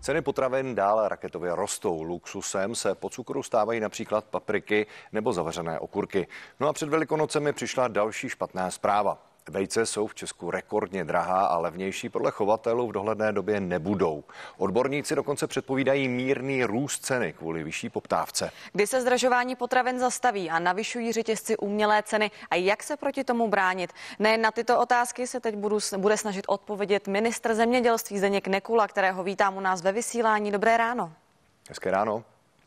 Ceny potravin dále raketově rostou. Luxusem se po cukru stávají například papriky nebo zavařené okurky. No a před Velikonocemi přišla další špatná zpráva. Vejce jsou v Česku rekordně drahá a levnější podle chovatelů v dohledné době nebudou. Odborníci dokonce předpovídají mírný růst ceny kvůli vyšší poptávce. Kdy se zdražování potravin zastaví a navyšují řetězci umělé ceny a jak se proti tomu bránit? Nejen na tyto otázky se teď bude snažit odpovědět ministr zemědělství Zdeněk Nekula, kterého vítám u nás ve vysílání. Dobré ráno. Hezké ráno.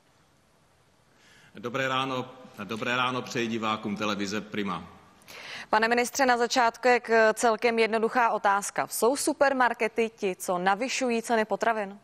Dobré ráno přeji divákům televize Prima. Pane ministře, na začátku celkem jednoduchá otázka. Jsou supermarkety ti, co navyšují ceny potravin?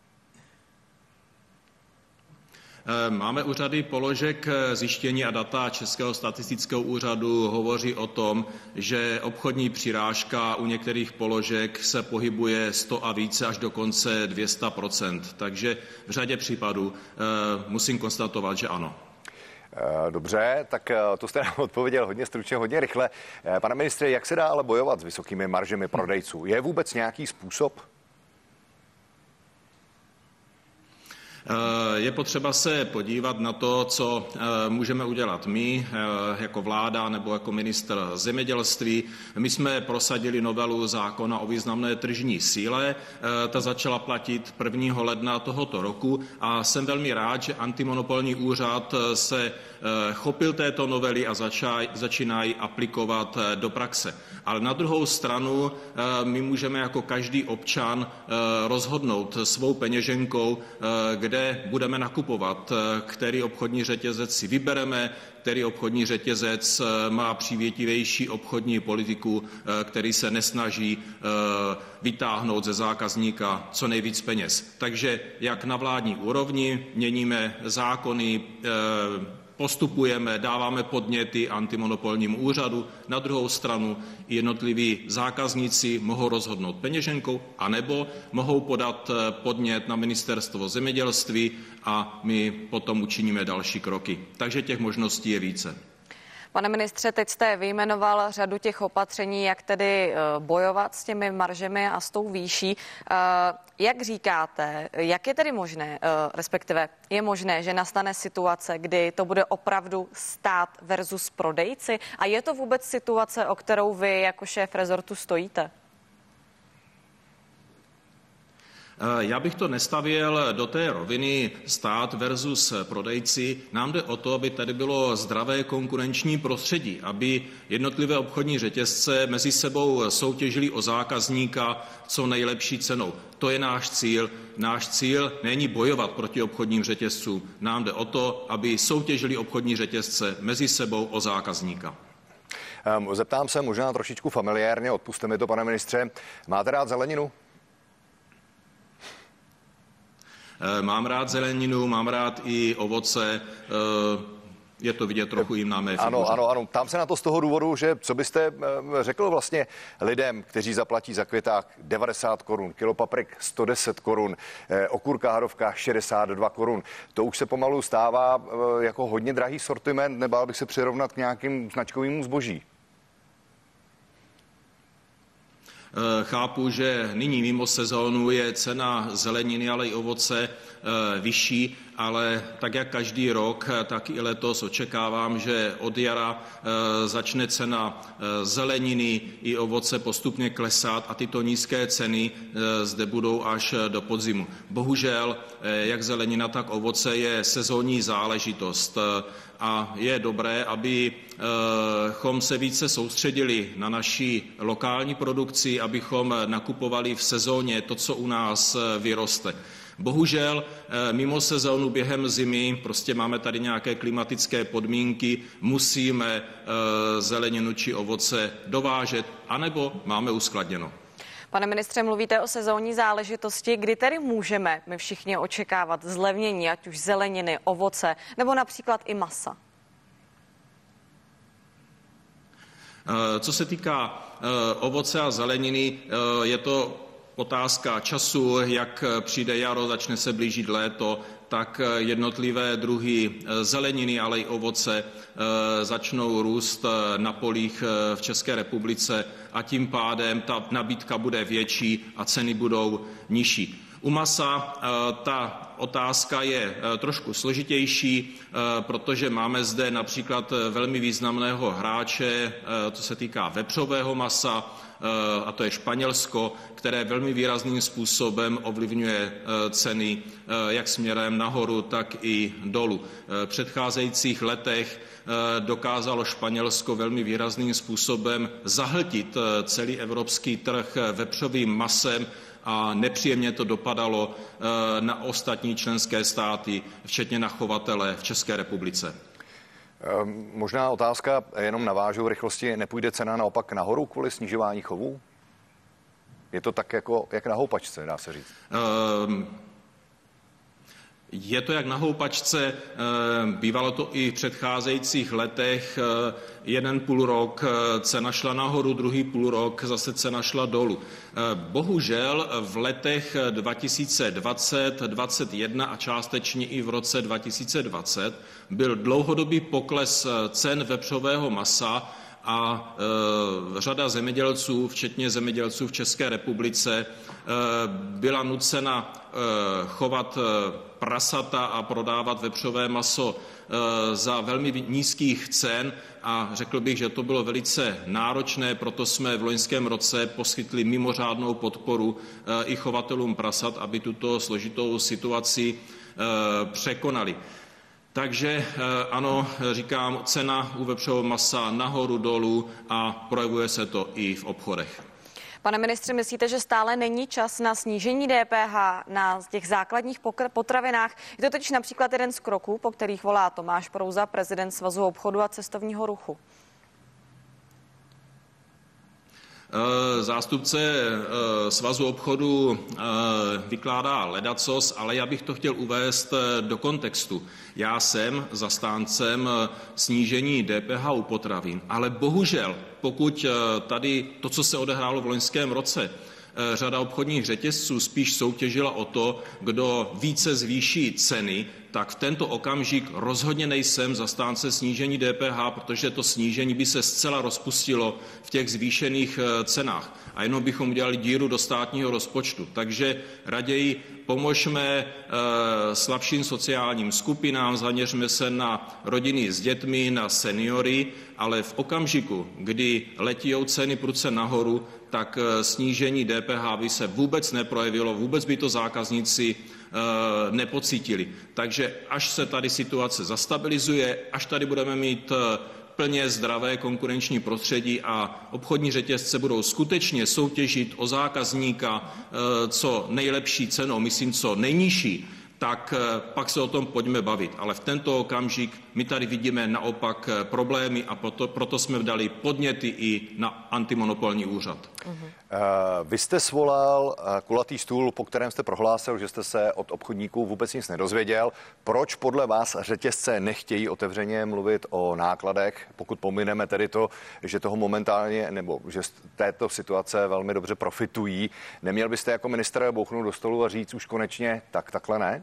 Máme u řady položek zjištění a data Českého statistického úřadu hovoří o tom, že obchodní přirážka u některých položek se pohybuje 100 a více až dokonce 200%. Takže v řadě případů musím konstatovat, že ano. Dobře, tak to jste nám odpověděl hodně stručně, hodně rychle. Pane ministře, jak se dá ale bojovat s vysokými maržemi prodejců? Je vůbec nějaký způsob? Je potřeba se podívat na to, co můžeme udělat my jako vláda nebo jako ministr zemědělství. My jsme prosadili novelu zákona o významné tržní síle. Ta začala platit 1. ledna tohoto roku a jsem velmi rád, že antimonopolní úřad se chopil této novely a začínají aplikovat do praxe. Ale na druhou stranu my můžeme jako každý občan rozhodnout svou peněženkou, kde budeme nakupovat, který obchodní řetězec si vybereme, který obchodní řetězec má přívětivější obchodní politiku, který se nesnaží vytáhnout ze zákazníka co nejvíc peněz. Takže jak na vládní úrovni měníme zákony, postupujeme, dáváme podněty antimonopolnímu úřadu. Na druhou stranu jednotliví zákazníci mohou rozhodnout peněženkou, anebo mohou podat podnět na ministerstvo zemědělství a my potom učiníme další kroky. Takže těch možností je více. Pane ministře, teď jste vyjmenoval řadu těch opatření, jak tedy bojovat s těmi maržemi a s tou výší. Jak říkáte, jak je tedy možné, respektive je možné, že nastane situace, kdy to bude opravdu stát versus prodejci? A je to vůbec situace, o kterou vy jako šéf rezortu stojíte? Já bych to nestavěl do té roviny stát versus prodejci. Nám jde o to, aby tady bylo zdravé konkurenční prostředí, aby jednotlivé obchodní řetězce mezi sebou soutěžily o zákazníka co nejlepší cenou. To je náš cíl. Náš cíl není bojovat proti obchodním řetězcům. Nám jde o to, aby soutěžily obchodní řetězce mezi sebou o zákazníka. Zeptám se možná trošičku familiárně, odpusťte mi to, pane ministře. Máte rád zeleninu? Mám rád zeleninu, mám rád i ovoce, je to vidět trochu jim na mé figuře. Ano. Tam se na to z toho důvodu, že co byste řekl vlastně lidem, kteří zaplatí za květák 90 korun, kilo paprik 110 korun, okurka harovka 62 korun. To už se pomalu stává jako hodně drahý sortiment, nebál bych se přirovnat k nějakým značkovému zboží. Chápu, že nyní mimo sezónu je cena zeleniny, ale i ovoce vyšší, ale tak jak každý rok, tak i letos očekávám, že od jara začne cena zeleniny i ovoce postupně klesat a tyto nízké ceny zde budou až do podzimu. Bohužel, jak zelenina, tak ovoce je sezónní záležitost a je dobré, abychom se více soustředili na naši lokální produkci, abychom nakupovali v sezóně to, co u nás vyroste. Bohužel mimo sezónu během zimy, prostě máme tady nějaké klimatické podmínky, musíme zeleninu či ovoce dovážet, anebo máme uskladněno. Pane ministře, mluvíte o sezónní záležitosti, kdy tedy můžeme my všichni očekávat zlevnění, ať už zeleniny, ovoce, nebo například i masa? Co se týká ovoce a zeleniny, je to otázka času, jak přijde jaro, začne se blížit léto, tak jednotlivé druhy zeleniny, ale i ovoce začnou růst na polích v České republice a tím pádem ta nabídka bude větší a ceny budou nižší. U masa ta otázka je trošku složitější, protože máme zde například velmi významného hráče, co se týká vepřového masa, a to je Španělsko, které velmi výrazným způsobem ovlivňuje ceny jak směrem nahoru, tak i dolů. V předcházejících letech dokázalo Španělsko velmi výrazným způsobem zahltit celý evropský trh vepřovým masem a nepříjemně to dopadalo na ostatní členské státy, včetně na chovatele v České republice. Možná otázka, jenom navážu v rychlosti, nepůjde cena naopak nahoru kvůli snižování chovů? Je to tak jako jak na houpačce, dá se říct? Je to jak na houpačce, bývalo to i v předcházejících letech. Jeden půlrok cena šla nahoru, druhý půlrok zase cena šla dolů. Bohužel v letech 2020, 2021 a částečně i v roce 2020 byl dlouhodobý pokles cen vepřového masa a řada zemědělců, včetně zemědělců v České republice, byla nucena chovat prasata a prodávat vepřové maso za velmi nízkých cen a řekl bych, že to bylo velice náročné, proto jsme v loňském roce poskytli mimořádnou podporu i chovatelům prasat, aby tuto složitou situaci překonali. Takže ano, říkám, cena u vepřového masa nahoru dolů a projevuje se to i v obchodech. Pane ministře, myslíte, že stále není čas na snížení DPH na těch základních potravinách? Je to totiž například jeden z kroků, po kterých volá Tomáš Prouza, prezident Svazu obchodu a cestovního ruchu. Zástupce Svazu obchodu vykládá ledacos, ale já bych to chtěl uvést do kontextu. Já jsem zastáncem snížení DPH u potravin, ale bohužel, pokud tady to, co se odehrálo v loňském roce, řada obchodních řetězců spíš soutěžila o to, kdo více zvýší ceny, tak v tento okamžik rozhodně nejsem zastánce snížení DPH, protože to snížení by se zcela rozpustilo v těch zvýšených cenách a jenom bychom udělali díru do státního rozpočtu. Takže raději pomožme slabším sociálním skupinám, zaměřme se na rodiny s dětmi, na seniory, ale v okamžiku, kdy letí ceny prudce nahoru, tak snížení DPH by se vůbec neprojevilo, vůbec by to zákazníci nepocítili. Takže až se tady situace zastabilizuje, až tady budeme mít plně zdravé konkurenční prostředí a obchodní řetězce budou skutečně soutěžit o zákazníka co nejlepší cenou, myslím co nejnižší, tak pak se o tom pojďme bavit. Ale v tento okamžik my tady vidíme naopak problémy a proto jsme dali podněty i na antimonopolní úřad. Vy jste svolal kulatý stůl, po kterém jste prohlásil, že jste se od obchodníků vůbec nic nedozvěděl. Proč podle vás řetězce nechtějí otevřeně mluvit o nákladech, pokud pomineme tedy to, že toho momentálně, nebo že z této situace velmi dobře profitují? Neměl byste jako ministr bouchnout do stolu a říct už konečně takhle ne?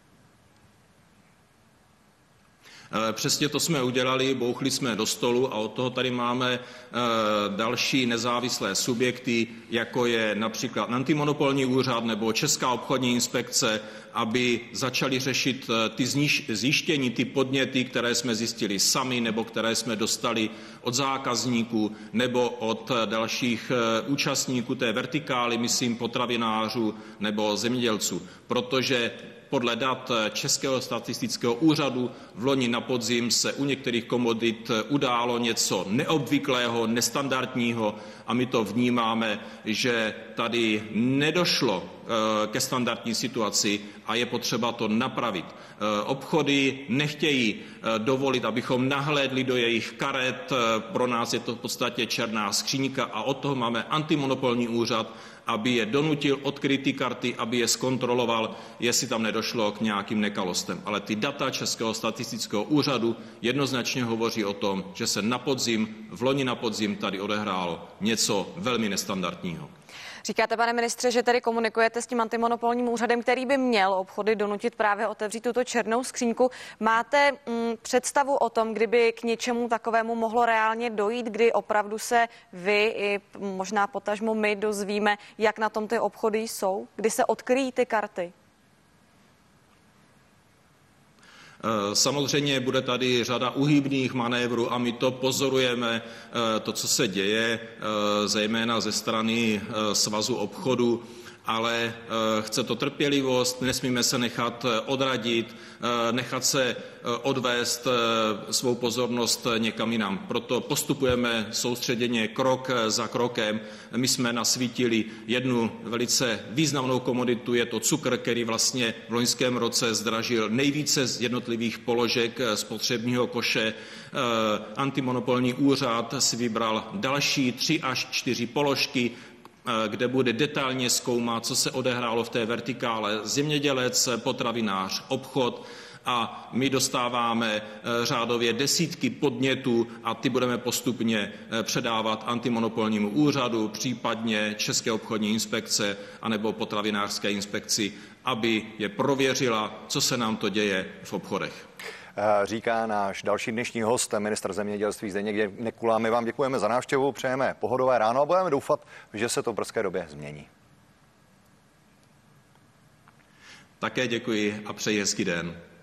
Přesně to jsme udělali, bouchli jsme do stolu a od toho tady máme další nezávislé subjekty, jako je například antimonopolní úřad nebo Česká obchodní inspekce, aby začali řešit ty zjištění, ty podněty, které jsme zjistili sami nebo které jsme dostali od zákazníků nebo od dalších účastníků té vertikály, myslím potravinářů nebo zemědělců, protože podle dat Českého statistického úřadu v loni na podzim se u některých komodit událo něco neobvyklého, nestandardního a my to vnímáme, že tady nedošlo ke standardní situaci a je potřeba to napravit. Obchody nechtějí dovolit, abychom nahlédli do jejich karet, pro nás je to v podstatě černá skříňka a od toho máme antimonopolní úřad, aby je donutil odkryt ty karty, aby je zkontroloval, jestli tam nedošlo k nějakým nekalostem. Ale ty data Českého statistického úřadu jednoznačně hovoří o tom, že se v loni na podzim tady odehrálo něco velmi nestandardního. Říkáte, pane ministře, že tedy komunikujete s tím antimonopolním úřadem, který by měl obchody donutit právě otevřít tuto černou skříňku. Máte představu o tom, kdyby k něčemu takovému mohlo reálně dojít, kdy opravdu se vy i možná potažmo my dozvíme, jak na tom ty obchody jsou, kdy se odkryjí ty karty? Samozřejmě bude tady řada uhybných manévrů a my to pozorujeme, to, co se děje, zejména ze strany Svazu obchodu, ale chce to trpělivost, nesmíme se nechat odradit, nechat se odvést svou pozornost někam jinam. Proto postupujeme soustředěně krok za krokem. My jsme nasvítili jednu velice významnou komoditu, je to cukr, který vlastně v loňském roce zdražil nejvíce z jednotlivých položek spotřebního koše. Antimonopolní úřad si vybral další 3 až 4 položky, kde bude detailně zkoumat, co se odehrálo v té vertikále zemědělec, potravinář, obchod, a my dostáváme řádově desítky podnětů a ty budeme postupně předávat antimonopolnímu úřadu, případně České obchodní inspekce anebo potravinářské inspekci, aby je prověřila, co se nám to děje v obchodech. Říká náš další dnešní host, ministr zemědělství Zdeněk Nekula. My vám děkujeme za návštěvu, přejeme pohodové ráno a budeme doufat, že se to v brzké době změní. Také děkuji a přeji hezký den.